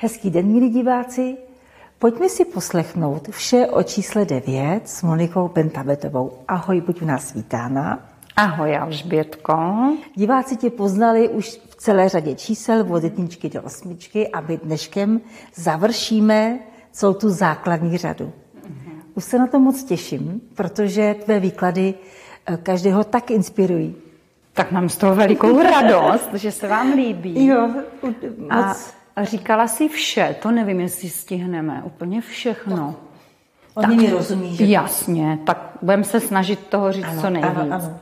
Hezký den, milí diváci. Pojďme si poslechnout vše o čísle 9 s Monikou Pentabetovou. Ahoj, buď u nás vítána. Ahoj, Alžbětko. Diváci tě poznali už v celé řadě čísel od 1 do 8 a my dneškem završíme celou tu základní řadu. Už se na to moc těším, protože tvé výklady každého tak inspirují. Tak mám z toho velikou radost, že se vám líbí. Jo, moc. A říkala si vše, to nevím, jestli stihneme, úplně všechno. Oni mi rozumí, že? Jasně, tak budeme se snažit toho říct co nejvíc. Ano.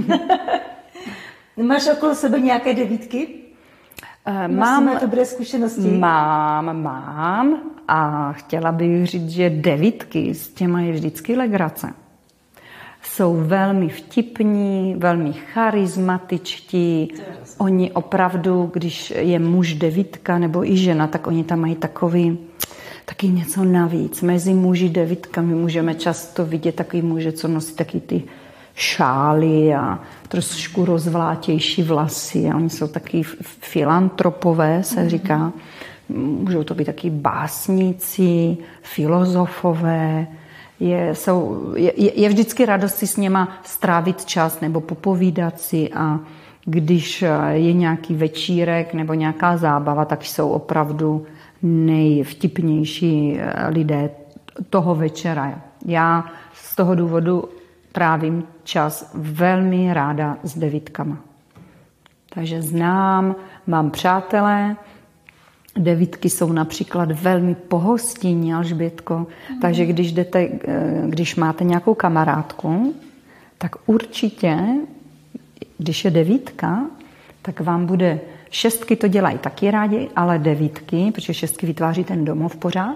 Máš okolo sebe nějaké devítky? Mám dobré zkušenosti? Mám a chtěla bych říct, že devítky s těma je vždycky legrace. Jsou velmi vtipní, velmi charismatičtí. Oni opravdu, když je muž devítka nebo i žena, tak oni tam mají taky něco navíc. Mezi muži devítkami můžeme často vidět takový muže, co nosí taky ty šály a trošku rozvlátější vlasy. A oni jsou taky filantropové, se říká. Můžou to být taky básníci, filozofové. Je vždycky radost si s něma strávit čas nebo popovídat si a když je nějaký večírek nebo nějaká zábava, tak jsou opravdu nejvtipnější lidé toho večera. Já z toho důvodu trávím čas velmi ráda s devítkama. Takže mám přátelé. Devítky jsou například velmi pohostinní, Alžbětko. Takže když máte nějakou kamarádku, tak určitě, když je devítka, tak vám bude, šestky to dělají taky rádi, ale devítky, protože šestky vytváří ten domov pořád,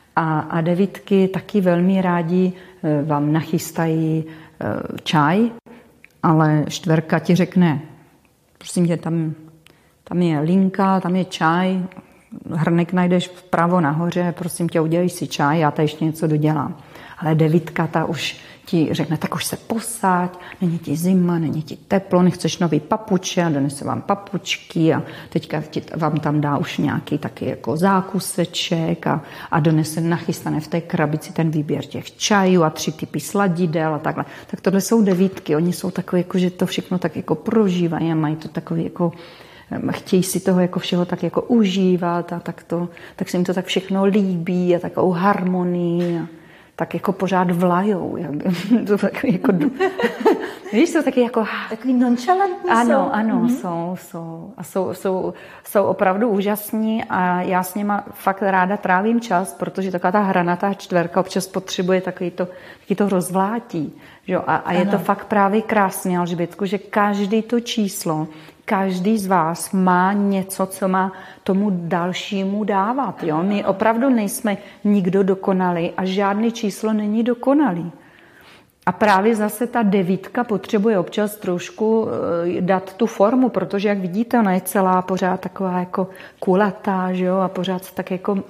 a devítky taky velmi rádi vám nachystají čaj, ale čtverka ti řekne, prosím tě, tam je linka, tam je čaj, hrnek najdeš vpravo nahoře, prosím tě, udělej si čaj, já tady ještě něco dodělám. Ale devítka, ta už ti řekne, tak už se posaď, není ti zima, není ti teplo, nechceš nový papuče, a donese vám papučky a teďka vám tam dá už nějaký taky jako zákuseček a donese nachystané v té krabici ten výběr těch čajů a 3 typy sladidel a takhle. Tak tohle jsou devítky, oni jsou takové, jako, že to všechno tak jako prožívají a mají to takový jako chtějí si toho jako všeho tak jako užívat a tak se jim to tak všechno líbí a takovou harmonii a tak jako pořád vlajou. To takový jako, víš, jsou taky jako... Takový nonchalantní Ano, jsou. A jsou opravdu úžasní a já s nima fakt ráda trávím čas, protože taková ta hranatá čtverka občas potřebuje taky to rozvlátí. Že? A je to fakt právě krásně, Alžbětku, že každý to číslo, každý z vás má něco, co má tomu dalšímu dávat. Jo? My opravdu nejsme nikdo dokonalý a žádný číslo není dokonalý. A právě zase ta devítka potřebuje občas trošku dát tu formu, protože jak vidíte, ona je celá pořád taková jako kulatá, že jo? A pořád se tak jako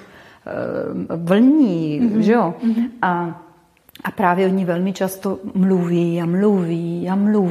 vlní. Že jo? A právě oni velmi často mluví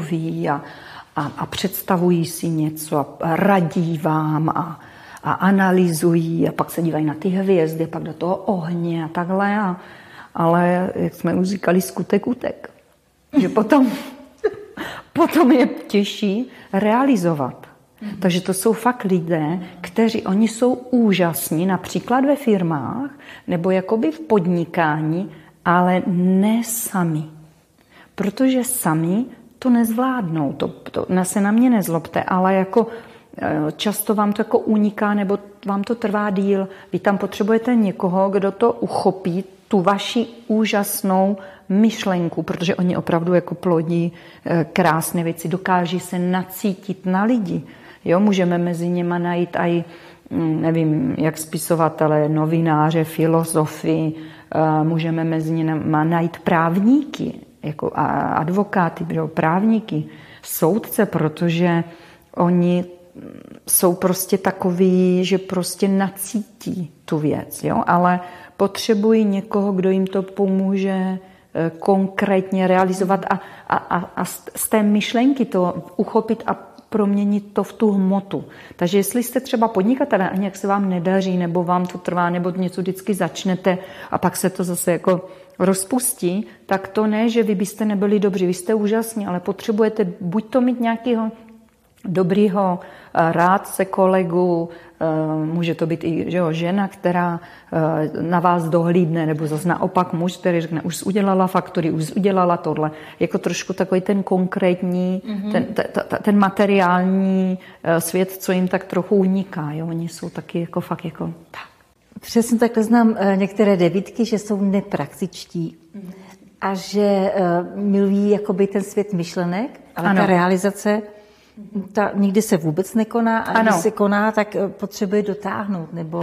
a představují si něco a radí vám a analyzují a pak se dívají na ty hvězdy, pak do toho ohně a takhle. Ale jak jsme už říkali, skutek utek. Že potom je těžší realizovat. Takže to jsou fakt lidé, kteří oni jsou úžasní, například ve firmách nebo jakoby v podnikání, ale ne sami. Protože sami to nezvládnou. To se na mě nezlobte, ale jako často vám to jako uniká nebo vám to trvá díl. Vy tam potřebujete někoho, kdo to uchopí, tu vaši úžasnou myšlenku, protože oni opravdu jako plodí krásné věci, dokáží se nacítit na lidi. Jo, můžeme mezi nimi najít i, nevím, jak spisovatele, novináře, filozofy, můžeme mezi nimi najít právníky, jako advokáty, právníky, soudce, protože oni jsou prostě takoví, že prostě nacítí tu věc, jo? Ale potřebují někoho, kdo jim to pomůže konkrétně realizovat a z té myšlenky to uchopit a proměnit to v tu hmotu. Takže jestli jste třeba podnikatelé a nějak se vám nedaří, nebo vám to trvá, nebo něco vždycky začnete a pak se to zase jako rozpustí, tak to ne, že vy byste nebyli dobří, vy jste úžasní, ale potřebujete buď to mít nějakého dobrýho rádce, kolegu, může to být i žena, která na vás dohlídne, nebo zase naopak muž, který řekne, už jsi udělala faktury, už jsi udělala tohle. Jako trošku takový ten konkrétní, ten materiální svět, co jim tak trochu uniká. Jo? Oni jsou taky jako fakt jako tak. Přesně takhle znám některé devítky, že jsou nepraktičtí a že milují jakoby ten svět myšlenek, ale ta realizace ta nikdy se vůbec nekoná a když se koná, tak potřebuje dotáhnout nebo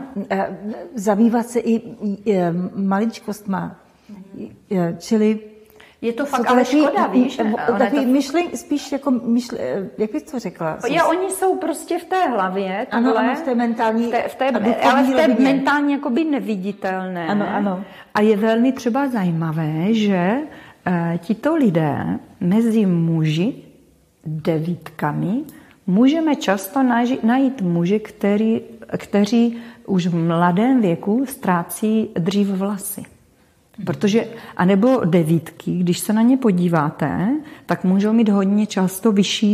zabývat se i maličkostma. Čili je to fakt ale škoda, víš? Takový myšlení, spíš jako jak bys to řekla? Oni jsou prostě v té hlavě. Ano, v té mentální. Ale v té mentální jakoby neviditelné. Ano. A je velmi třeba zajímavé, že tito lidé mezi muži devítkami můžeme často najít muže, kteří už v mladém věku ztrácí dřív vlasy. Protože, anebo devítky, když se na ně podíváte, tak můžou mít hodně často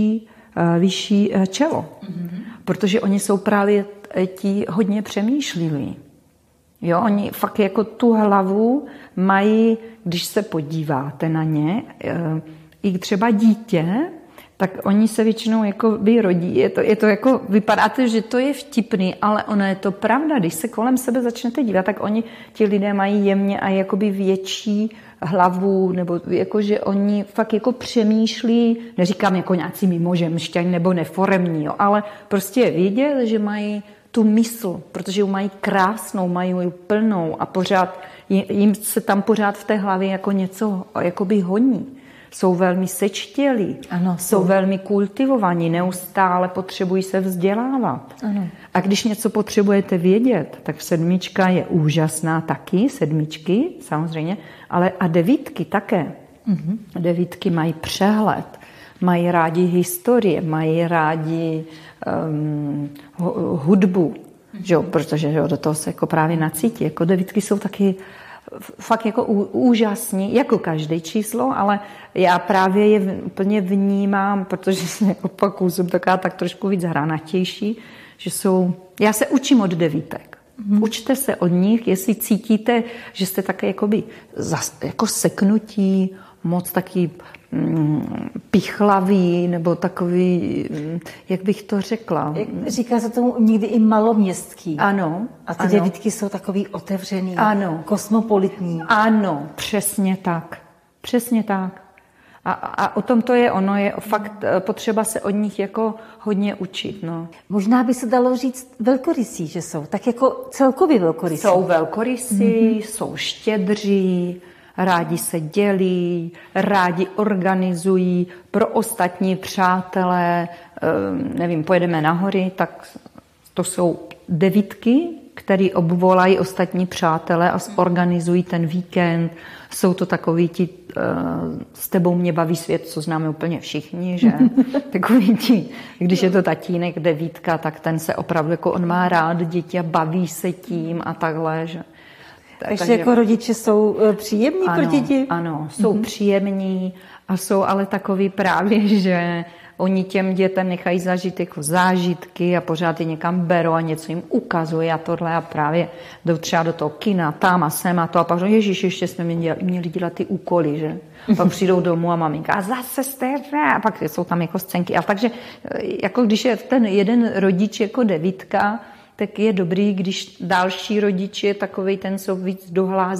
vyšší čelo. Protože oni jsou právě ti hodně přemýšliví. Jo, oni fakt jako tu hlavu mají, když se podíváte na ně, i třeba dítě, tak oni se většinou jako vyrodí. Je to jako, vypadáte, že to je vtipný, ale ono je to pravda. Když se kolem sebe začnete dívat, tak ti lidé mají jemně a jakoby větší hlavu, nebo jako, že oni fakt jako přemýšlí, neříkám jako nějací mimožemšťaní nebo neforemní, jo, ale prostě je vidět, že mají tu mysl, protože ji mají krásnou, mají ji plnou a pořád, jim se tam pořád v té hlavě jako něco jakoby honí. Jsou velmi sečtělí, jsou velmi kultivovaní, neustále potřebují se vzdělávat. Ano. A když něco potřebujete vědět, tak 7 je úžasná taky, 7 samozřejmě, ale a 9 také. 9 mají přehled, mají rádi historie, mají rádi hudbu, že? Protože že? Do toho se jako právě nacítí. Jako 9 jsou taky fakt jako úžasný, jako každé číslo, ale já právě je úplně vnímám, protože jsem taková tak trošku víc hranatější, že jsou, já se učím od 9. Učte se od nich, jestli cítíte, že jste také jako seknutí, moc taky pichlavý, nebo takový, jak bych to řekla. Říká se tomu někdy i maloměstský. Ano. A ty 9 jsou takový otevřený, kosmopolitní. Ano, přesně tak. Přesně tak. A o tom to je, ono je fakt potřeba se od nich jako hodně učit. No. Možná by se dalo říct velkorysí, že jsou, tak jako celkově velkorysí. Jsou velkorysí, jsou štědří, rádi se dělí, rádi organizují pro ostatní přátelé, nevím, pojedeme na hory, tak to jsou 9, který obvolají ostatní přátelé a zorganizují ten víkend. Jsou to takový ti, s tebou mě baví svět, co známe úplně všichni, že? Takový ti, když je to tatínek 9, tak ten se opravdu, jako on má rád děti a baví se tím a takhle, že? Takže jako rodiče jsou příjemní pro děti? Ano, jsou příjemní a jsou ale takový právě, že oni těm dětem nechají zažít jako zážitky a pořád je někam berou a něco jim ukazuje a tohle a právě jdou třeba do toho kina, tam a sem a to a pak říkají, ježiš, ještě jsme měli dělat ty úkoly, že? Pak přijdou domů a maminka a zase jste, a pak jsou tam jako scénky. A takže jako když je ten jeden rodič jako 9, tak je dobrý, když další rodič je takovej ten, co víc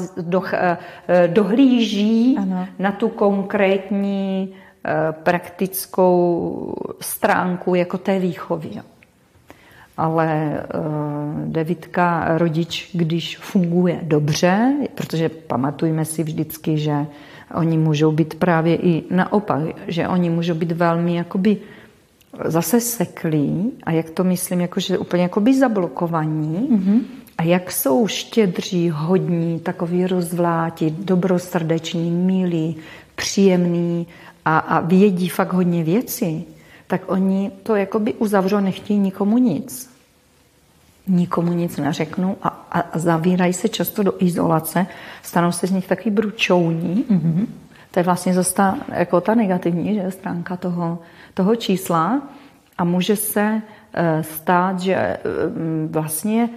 dohlíží na tu konkrétní praktickou stránku jako té výchovy. Ale 9 rodič, když funguje dobře, protože pamatujme si vždycky, že oni můžou být právě i naopak, že oni můžou být velmi jakoby zase seklí a jak to myslím, jakože úplně jakoby zablokovaní a jak jsou štědří, hodní, takový rozvlátí, dobrosrdeční, milí, příjemný a vědí fakt hodně věcí, tak oni to jakoby uzavřou, nechtějí nikomu nic. Nikomu nic neřeknou a zavírají se často do izolace, stanou se z nich taky bručouní. Mm-hmm. To je vlastně zase jako ta negativní, že, stránka toho čísla a může se stát, že vlastně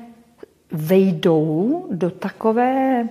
vejdou do takového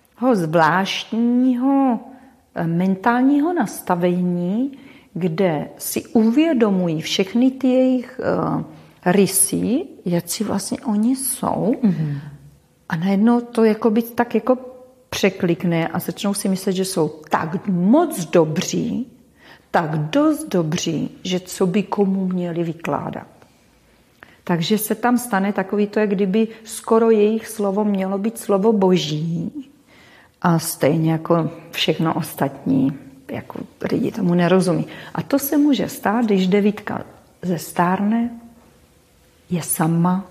zvláštního mentálního nastavení, kde si uvědomují všechny ty jejich rysy, jak si vlastně oni jsou. Mm-hmm. A najednou to jakoby tak jako překlikne a začnou si myslet, že jsou tak moc dobří, tak dost dobří, že co by komu měli vykládat. Takže se tam stane takový to, jak kdyby skoro jejich slovo mělo být slovo boží a stejně jako všechno ostatní, jako lidi tomu nerozumí. A to se může stát, když devítka zestárne, je sama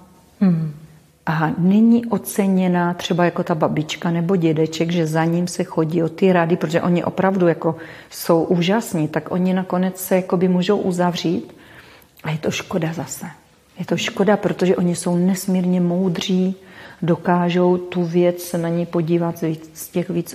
a není oceněná třeba jako ta babička nebo dědeček, že za ním se chodí o ty rady, protože oni opravdu jako jsou úžasní, tak oni nakonec se jakoby můžou uzavřít a je to škoda zase. Je to škoda, protože oni jsou nesmírně moudří, dokážou tu věc se na ní podívat z těch víc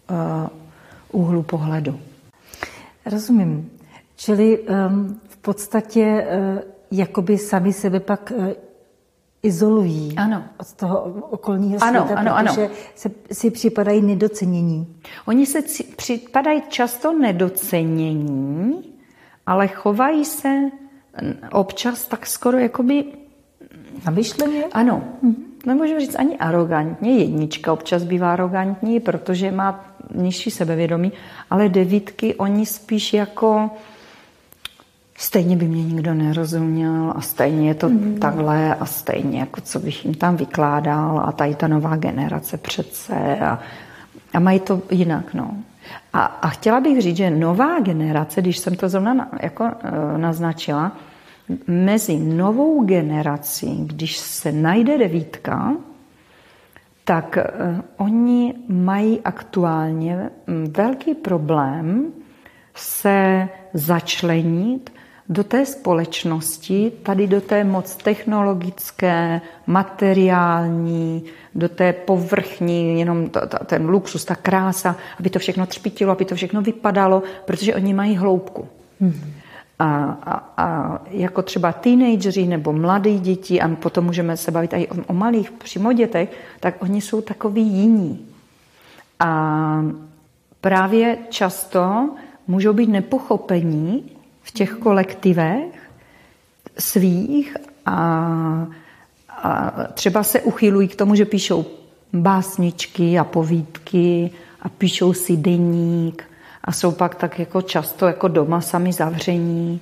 úhlů pohledu. Rozumím. Čili v podstatě jakoby sami sebe pak izolují od toho okolního světa, protože si připadají nedocenění. Oni se připadají často nedocenění, ale chovají se občas tak skoro jakoby namyšleně? Ano. Nemůžu říct ani arrogantně. Jednička občas bývá arrogantní, protože má nižší sebevědomí, ale devítky, oni spíš jako stejně by mě nikdo nerozuměl a stejně je to takhle a stejně jako co bych jim tam vykládal a tady ta nová generace přece a mají to jinak, no. A chtěla bych říct, že nová generace, když jsem to zrovna naznačila, mezi novou generací, když se najde devítka, tak oni mají aktuálně velký problém se začlenit do té společnosti, tady do té moc technologické, materiální, do té povrchní, jenom ten luxus, ta krása, aby to všechno třpitilo, aby to všechno vypadalo, protože oni mají hloubku. A jako třeba teenageři nebo mladí děti, a potom můžeme se bavit i o malých přímo dětech, tak oni jsou takový jiní. A právě často můžou být nepochopení v těch kolektivech svých a třeba se uchylují k tomu, že píšou básničky a povídky a píšou si deník a jsou pak tak jako často jako doma sami zavření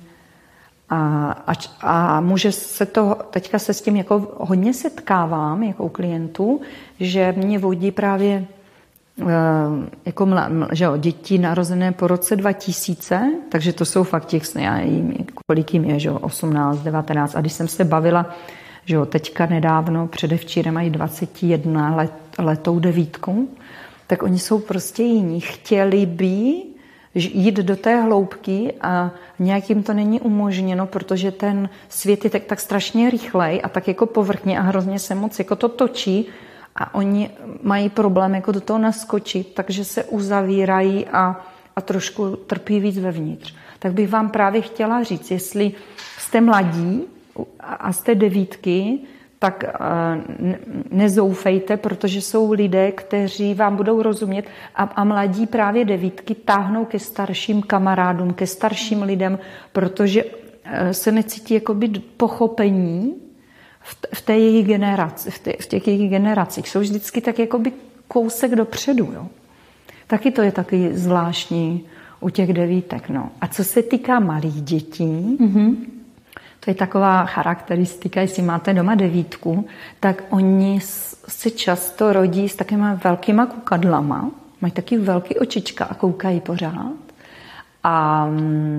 a může se to, teďka se s tím jako hodně setkávám jako u klientů, že mě vodí právě jako že děti narozené po roce 2000, takže to jsou fakt těch, já nevím, kolik jim je, že 18, 19 a když jsem se bavila, že teďka nedávno, předevčírem mají 21 letou devítku, tak oni jsou prostě jiní. Chtěli by jít do té hloubky a nějak jim to není umožněno, protože ten svět je tak strašně rychlej a tak jako povrchně a hrozně se moc jako to točí a oni mají problém jako do toho naskočit, takže se uzavírají a trošku trpí víc vevnitř. Tak bych vám právě chtěla říct, jestli jste mladí a jste devítky, tak nezoufejte, protože jsou lidé, kteří vám budou rozumět a mladí právě devítky táhnou ke starším kamarádům, ke starším lidem, protože se necítí jakoby pochopení v té jejich generaci, v těch jejich generacích. Jsou vždycky tak jakoby kousek dopředu. Jo? Taky to je taky zvláštní u těch devítek. No. A co se týká malých dětí, to je taková charakteristika, jestli máte doma devítku, tak oni se často rodí s takovýma velkýma kukadlama, mají taky velký očička a koukají pořád. A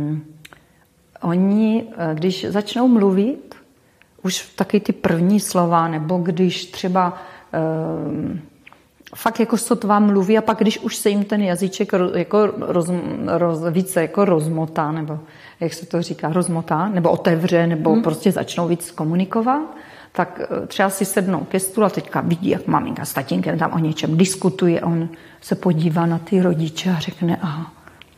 oni, když začnou mluvit, už taky ty první slova, nebo když třeba fakt jako sotva mluví a pak, když už se jim ten jazyček jako více jako rozmotá, nebo jak se to říká, rozmotá, nebo otevře, nebo prostě začnou víc komunikovat, tak třeba si sednou ke stolu a teďka vidí, jak maminka s tatínkem tam o něčem diskutuje, on se podívá na ty rodiče a řekne, aha,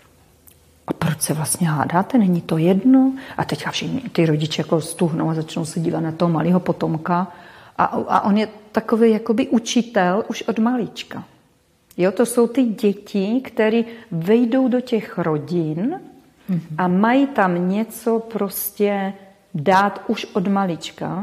a proč se vlastně hádáte, není to jedno? A teďka všichni ty rodiče jako stuhnou a začnou se dívat na toho malého potomka a on je takový jakoby učitel už od malička. Jo, to jsou ty děti, které vejdou do těch rodin a mají tam něco prostě dát už od malička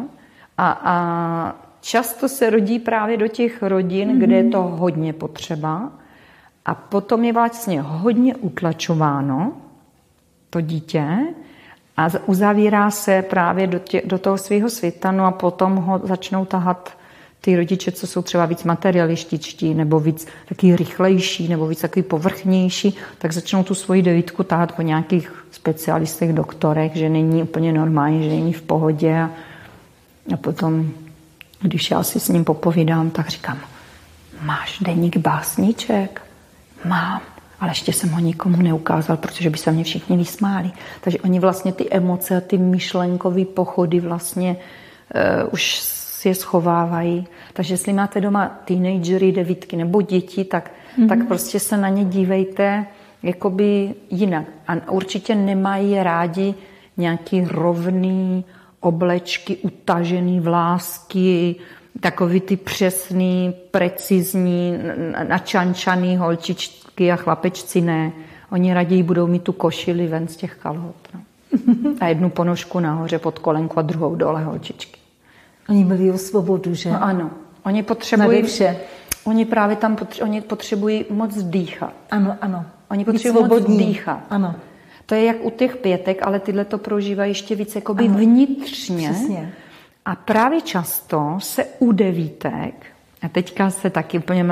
a často se rodí právě do těch rodin, kde je to hodně potřeba a potom je vlastně hodně utlačováno to dítě a uzavírá se právě do toho svého světa, no a potom ho začnou tahat ty rodiče, co jsou třeba víc materialističtí, nebo víc taky rychlejší, nebo víc taky povrchnější, tak začnou tu svoji devítku tahat po nějakých specialistech, doktorech, že není úplně normální, že není v pohodě. A potom, když já si s ním popovídám, tak říkám, máš deník básniček? Mám, ale ještě jsem ho nikomu neukázal, protože by se mě všichni vysmáli. Takže oni vlastně ty emoce a ty myšlenkové pochody vlastně už si je schovávají. Takže jestli máte doma teenagery, devítky nebo děti, tak prostě se na ně dívejte jakoby jinak. A určitě nemají rádi nějaký rovný oblečky, utažený vlásky, takový ty přesný, precizní, načančaný holčičky a chlapečci ne. Oni raději budou mít tu košili ven z těch kalhot. No. A jednu ponožku nahoře pod kolenku a druhou dole holčičky. Oni milují svobodu, že? No ano. Oni potřebují vše. Oni právě tam oni potřebují moc dýchat. Ano, ano. Oni potřebují moc dýchat. Ano. To je jak u těch pětek, ale tyhle to prožívají ještě víc jakoby vnitřně. Přesně. A právě často se u devítek, a teďka se taky úplně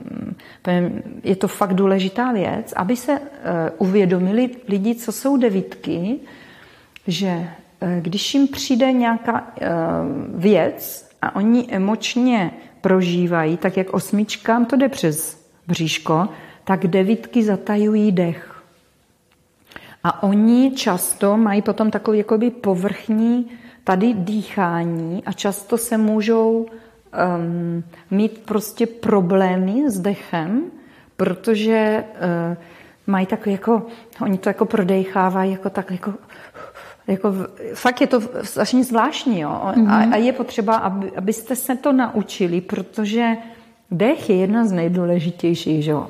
je to fakt důležitá věc, aby se uvědomili lidi, co jsou devítky, že když jim přijde nějaká věc a oni emočně prožívají, tak jak osmičkám to jde přes bříško, tak devítky zatajují dech. A oni často mají potom takový jakoby povrchní tady dýchání a často se můžou mít prostě problémy s dechem, protože mají takový jako, oni to jako prodejchávají jako tak jako fakt je to strašně zvláštní, jo? A je potřeba, abyste se to naučili, protože dech je jedna z nejdůležitějších, že?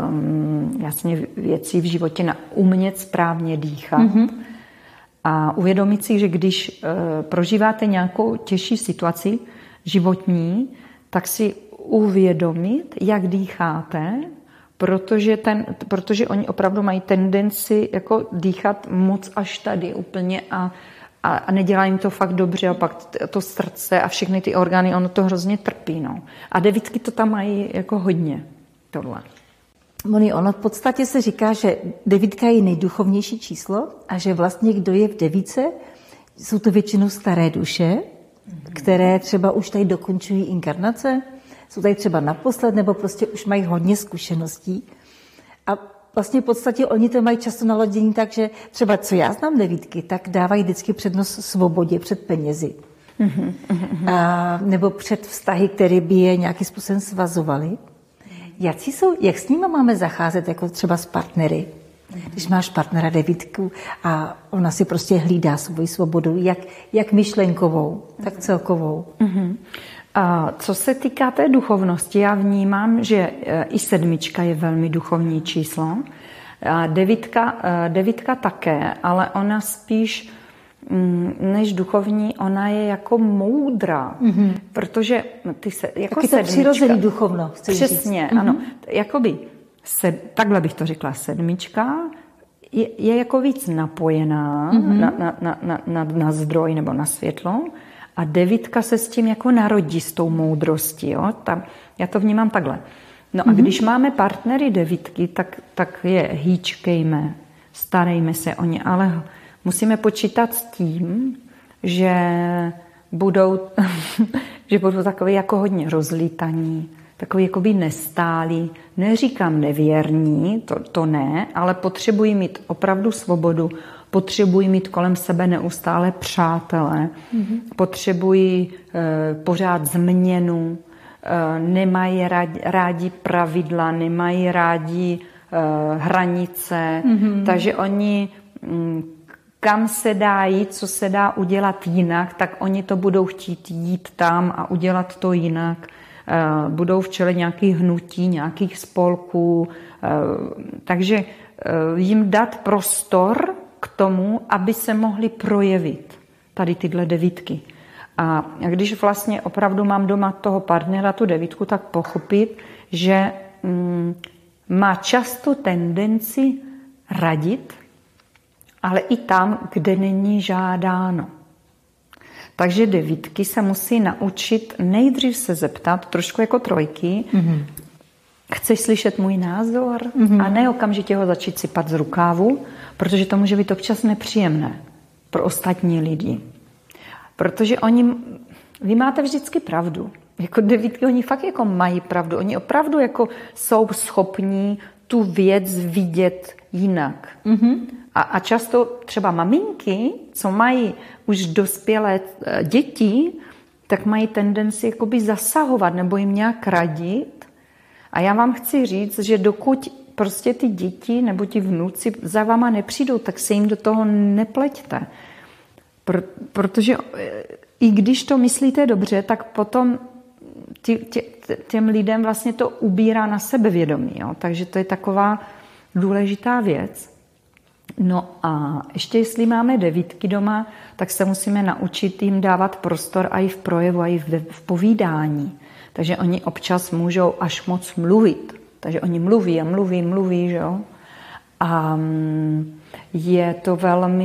Jasně věcí v životě, umět správně dýchat. A uvědomit si, že když prožíváte nějakou těžší situaci životní, tak si uvědomit, jak dýcháte, protože oni opravdu mají tendenci jako dýchat moc až tady úplně a nedělá jim to fakt dobře a pak to srdce a všechny ty orgány, ono to hrozně trpí. No. A devítky to tam mají jako hodně, tohle. Moni, ono v podstatě se říká, že devítka je nejduchovnější číslo a že vlastně kdo je v devíce, jsou to většinou staré duše, které třeba už tady dokončují inkarnace, jsou tady třeba naposled, nebo prostě už mají hodně zkušeností. A vlastně v podstatě oni to mají často naladění tak, že třeba co já znám devítky, tak dávají vždycky přednost svobodě před penězi. Nebo před vztahy, které by je nějakým způsobem svazovaly. Jak s nimi máme zacházet, jako třeba s partnery? Když máš partnera devítku a ona si prostě hlídá svoji svobodu, jak myšlenkovou, tak celkovou. A co se týká té duchovnosti, já vnímám, že i sedmička je velmi duchovní číslo. A devítka také, ale ona spíš než duchovní, ona je jako moudrá, protože ty se jako taky to přirozený duchovno. Přesně, ano. Jakoby takhle bych to řekla, sedmička je jako víc napojená na zdroj nebo na světlo a devítka se s tím jako narodí s tou moudrostí. Jo? Já to vnímám takhle. No a když máme partnery devítky, tak je hýčkejme, starejme se o ně, ale musíme počítat s tím, že budou takový jako hodně rozlítaní, takový jakoby nestálí, neříkám nevěrní, to ne, ale potřebují mít opravdu svobodu, potřebují mít kolem sebe neustále přátele, potřebují pořád změnu, nemají rádi pravidla, nemají rádi hranice, takže oni kam se dá jít, co se dá udělat jinak, tak oni to budou chtít jít tam a udělat to jinak. Budou v čele nějakých hnutí, nějakých spolků, takže jim dát prostor k tomu, aby se mohli projevit tady tyhle devítky. A když vlastně opravdu mám doma toho partnera, tu devítku, tak pochopit, že má často tendenci radit, ale i tam, kde není žádáno. Takže devítky se musí naučit nejdřív se zeptat, trošku jako trojky, chceš slyšet můj názor? A ne okamžitě ho začít sypat z rukávu, protože to může být občas nepříjemné pro ostatní lidi. Protože vy máte vždycky pravdu. Jako devítky, oni fakt jako mají pravdu. Oni opravdu jako jsou schopní tu věc vidět jinak. A často třeba maminky, co mají už dospělé děti, tak mají tendenci jakoby zasahovat nebo jim nějak radit. A já vám chci říct, že dokud prostě ty děti nebo ti vnuci za váma nepřijdou, tak se jim do toho nepleťte. Protože i když to myslíte dobře, tak potom těm lidem vlastně to ubírá na sebevědomí. Jo? Takže to je taková důležitá věc. No a ještě jestli máme devítky doma, tak se musíme naučit jim dávat prostor a i v projevu, a i v povídání. Takže oni občas můžou až moc mluvit. Takže oni mluví a mluví, že jo. A je to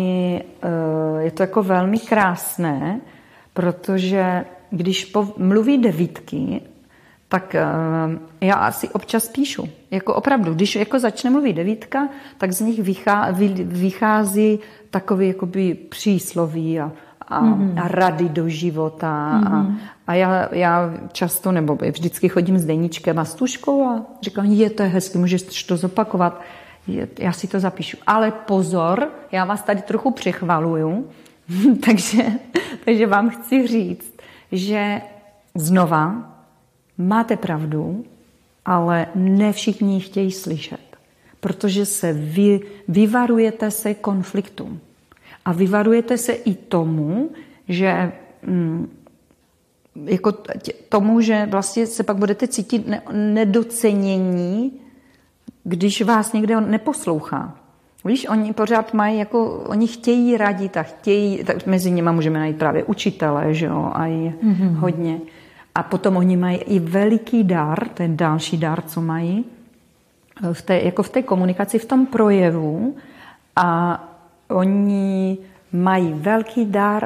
jako velmi krásné, protože když mluví devítky, tak já asi občas píšu. Jako opravdu, když jako začne mluvit devítka, tak z nich vychází takové jakoby přísloví a rady do života. A já často, nebo vždycky chodím s deníčkem a s tuškou a říkám, to je hezky, můžeš to zopakovat. Já si to zapíšu. Ale pozor, já vás tady trochu přechvaluju, takže vám chci říct, že znova máte pravdu, ale ne všichni chtějí slyšet, protože vyvarujete se konfliktům. A vyvarujete se i tomu, že že vlastně se pak budete cítit nedocenění, když vás někde neposlouchá. Víš, oni pořád mají, oni chtějí radit a chtějí, tak mezi nimi můžeme najít právě učitele, že jo, a i hodně. A potom oni mají i veliký dar, ten další dar, co mají, v té komunikaci, v tom projevu. A oni mají velký dar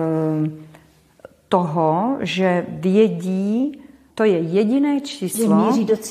toho, že vědí, to je jediné číslo,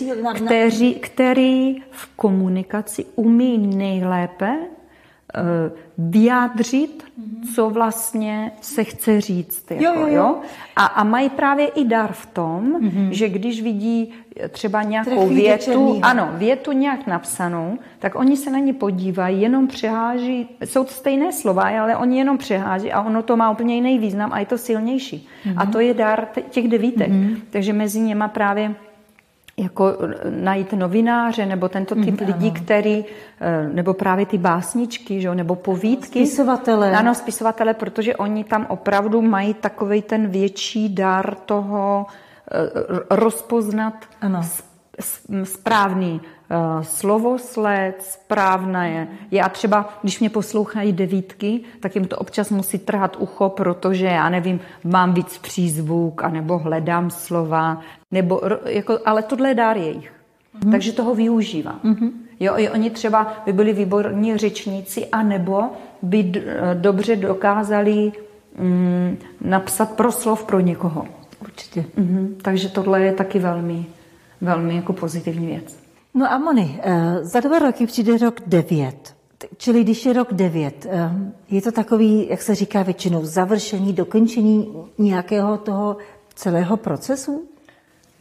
který v komunikaci umí nejlépe vyjádřit, co vlastně se chce říct. Jo? A mají právě i dar v tom, že když vidí třeba nějakou větu nějak napsanou, tak oni se na ní podívají, jenom přeháží, jsou to stejné slova, ale oni jenom přeháží a ono to má úplně jiný význam a je to silnější. A to je dar těch devítek. Takže mezi něma právě jako najít novináře nebo tento typ lidí, který, nebo právě ty básničky, že, nebo povídky. Spisovatele. Ano, spisovatele, protože oni tam opravdu mají takovej ten větší dar toho rozpoznat správný slovosled, správné. Já třeba, když mě poslouchají devítky, tak jim to občas musí trhat ucho, protože já nevím, mám víc přízvuk, anebo hledám slova, nebo, ale tohle je dár jejich. Takže toho využívám. Jo, i oni třeba by byli výborní řečníci, anebo by dobře dokázali napsat proslov pro někoho. Určitě. Takže tohle je taky velmi, velmi jako pozitivní věc. No a Moni, za 2 roky přijde rok 9. Čili když je rok 9, je to takový, jak se říká většinou, završení, dokončení nějakého toho celého procesu?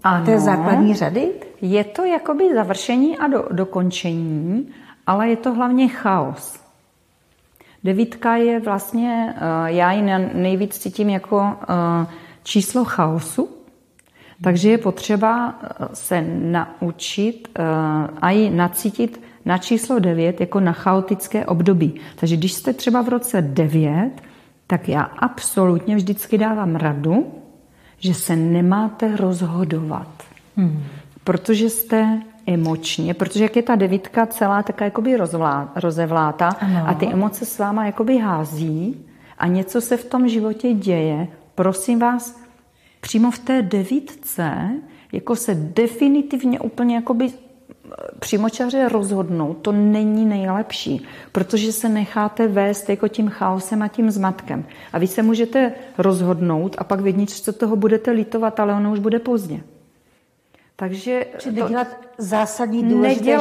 Ano. té základní řady? Je to jakoby završení a dokončení, ale je to hlavně chaos. 9 je vlastně, já ji nejvíc cítím jako číslo chaosu, takže je potřeba se naučit a ji nacítit na číslo 9 jako na chaotické období. Takže když jste třeba v roce 9, tak já absolutně vždycky dávám radu, že se nemáte rozhodovat. Protože jste emočně, protože jak je ta 9 celá taká jakoby rozevlátá a ty emoce s váma jakoby hází a něco se v tom životě děje, prosím vás, přímo v té 9 jako se definitivně úplně jakoby přímočaře rozhodnout, to není nejlepší, protože se necháte vést jako tím chaosem a tím zmatkem. A vy se můžete rozhodnout a pak v 1 toho budete litovat, ale ono už bude pozdě. Takže nedělat zásadní důležité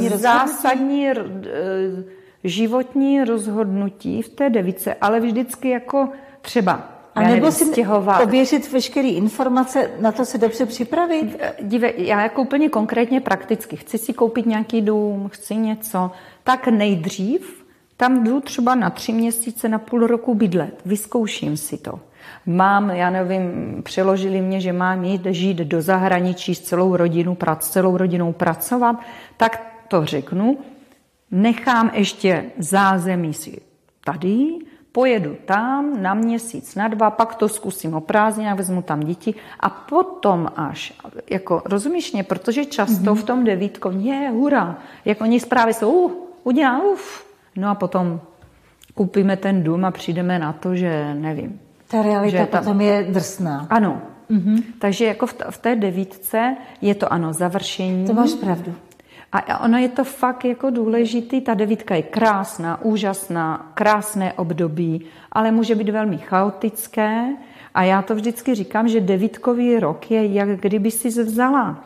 životní rozhodnutí v té 9, ale vždycky jako třeba a nebo si ověřit veškeré informace, na to se dobře připravit? Dívej, já jako úplně konkrétně prakticky. Chci si koupit nějaký dům, chci něco, tak nejdřív tam jdu třeba na 3 měsíce, na půl roku bydlet. Vyzkouším si to. Mám, já nevím, přeložili mě, že mám jít žít do zahraničí s celou rodinou pracovat, tak to řeknu. Nechám ještě zázemí si tady, pojedu tam na měsíc, na 2, pak to zkusím o prázdninách, vezmu tam děti a potom až, jako rozumíš mě, protože často v tom 9 je hurá, jak oni zprávy jsou, udělám, no a potom koupíme ten dům a přijdeme na to, že nevím. Ta realita potom je drsná. Ano. Takže jako v té 9 je to ano, završení. To máš pravdu. A ono je to fakt jako důležitý, ta 9 je krásná, úžasná, krásné období, ale může být velmi chaotické a já to vždycky říkám, že 9kový rok je, jak kdyby si vzala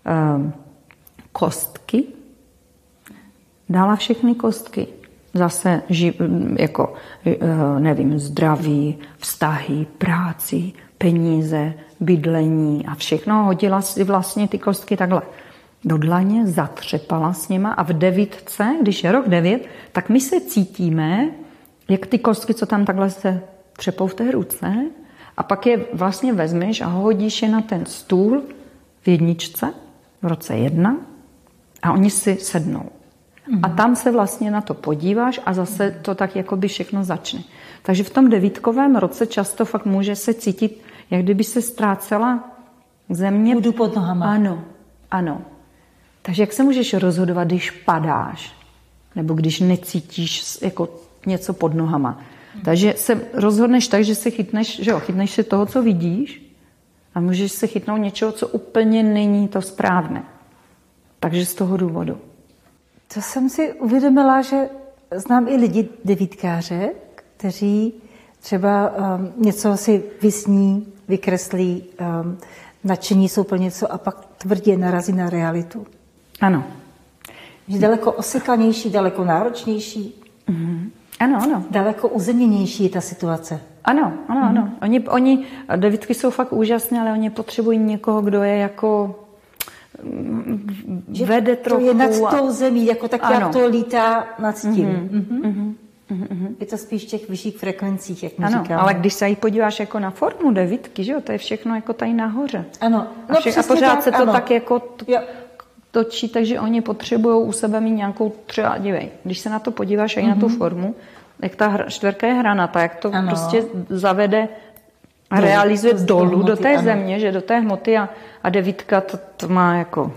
kostky, dala všechny kostky, zase jako, nevím, zdraví, vztahy, práci, peníze, bydlení a všechno, hodila si vlastně ty kostky takhle do dlaně, zatřepala s nima a v 9, když je rok 9, tak my se cítíme, jak ty kostky, co tam takhle se třepou v té ruce a pak je vlastně vezmeš a hodíš je na ten stůl v 1, v roce 1 a oni si sednou. A tam se vlastně na to podíváš a zase to tak jakoby všechno začne. Takže v tom 9kovém roce často fakt může se cítit, jak kdyby se ztrácela země. Půdu pod nohama. Ano. Takže jak se můžeš rozhodovat, když padáš? Nebo když necítíš jako něco pod nohama? Takže se rozhodneš tak, že se chytneš se toho, co vidíš a můžeš se chytnout něčeho, co úplně není to správné. Takže z toho důvodu. To jsem si uvědomila, že znám i lidi 9káře, kteří třeba něco si vysní, vykreslí, nadšení jsou pro něco a pak tvrdě narazí na realitu. Ano. Že daleko osekanější, daleko náročnější. Ano. Daleko uzemněnější je ta situace. Ano. Oni 9 jsou fakt úžasné, ale oni potřebují někoho, kdo je jako že vede to trochu. Je nad tou zemí, jako tak jak to lítá nad tím. Je to spíš v těch vyšších frekvencích, jak mi říkáme. Ale když se jí podíváš jako na formu 9, že jo, to je všechno jako tady nahoře. Ano. A pořád se to tak jako točí, takže oni potřebují u sebe mít nějakou třeba, dívej, když se na to podíváš i na tu formu, jak ta 4 je hranatá, jak to prostě zavede a realizuje dolů do té země, že do té hmoty a 9 to má jako...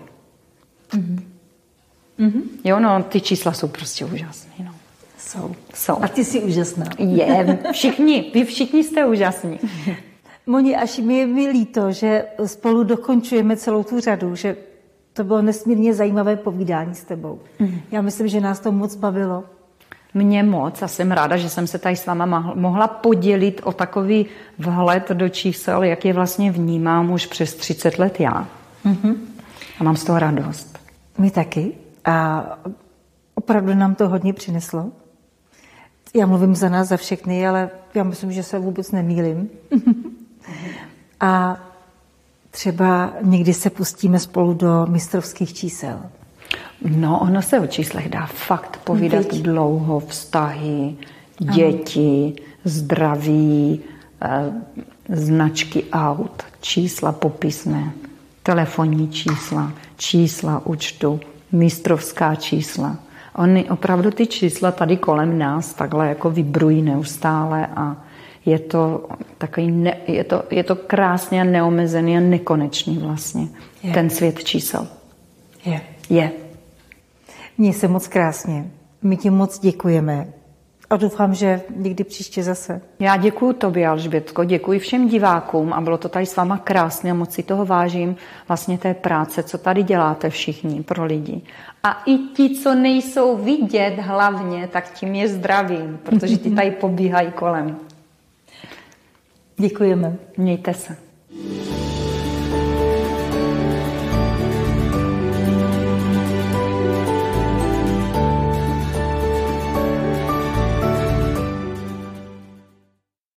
Jo, no, ty čísla jsou prostě úžasné, no. Jsou. A ty jsi úžasná. Vy všichni jste úžasní. Moni, až mi je líto, že spolu dokončujeme celou tu řadu, že to bylo nesmírně zajímavé povídání s tebou. Já myslím, že nás to moc bavilo. Mě moc a jsem ráda, že jsem se tady s váma mohla podělit o takový vhled do čísel, jak je vlastně vnímám už přes 30 let já. A mám z toho radost. My taky. A opravdu nám to hodně přineslo. Já mluvím za nás, za všechny, ale já myslím, že se vůbec nemýlím. A třeba někdy se pustíme spolu do mistrovských čísel. No, ono se o číslech dá fakt povídat dlouho, vztahy, děti, zdraví, značky aut, čísla popisné, telefonní čísla, čísla účtu, mistrovská čísla. Ony opravdu ty čísla tady kolem nás takhle jako vibrují neustále a je to takový, je to krásně a neomezený a nekonečný vlastně, ten svět čísel. Je. Mně se moc krásně. My ti moc děkujeme. A doufám, že někdy příště zase. Já děkuju tobě, Alžbětko, děkuji všem divákům a bylo to tady s váma krásně a moc si toho vážím vlastně té práce, co tady děláte všichni pro lidi. A i ti, co nejsou vidět hlavně, tak tím je zdravím, protože ti tady pobíhají kolem. Děkujeme. Mějte se.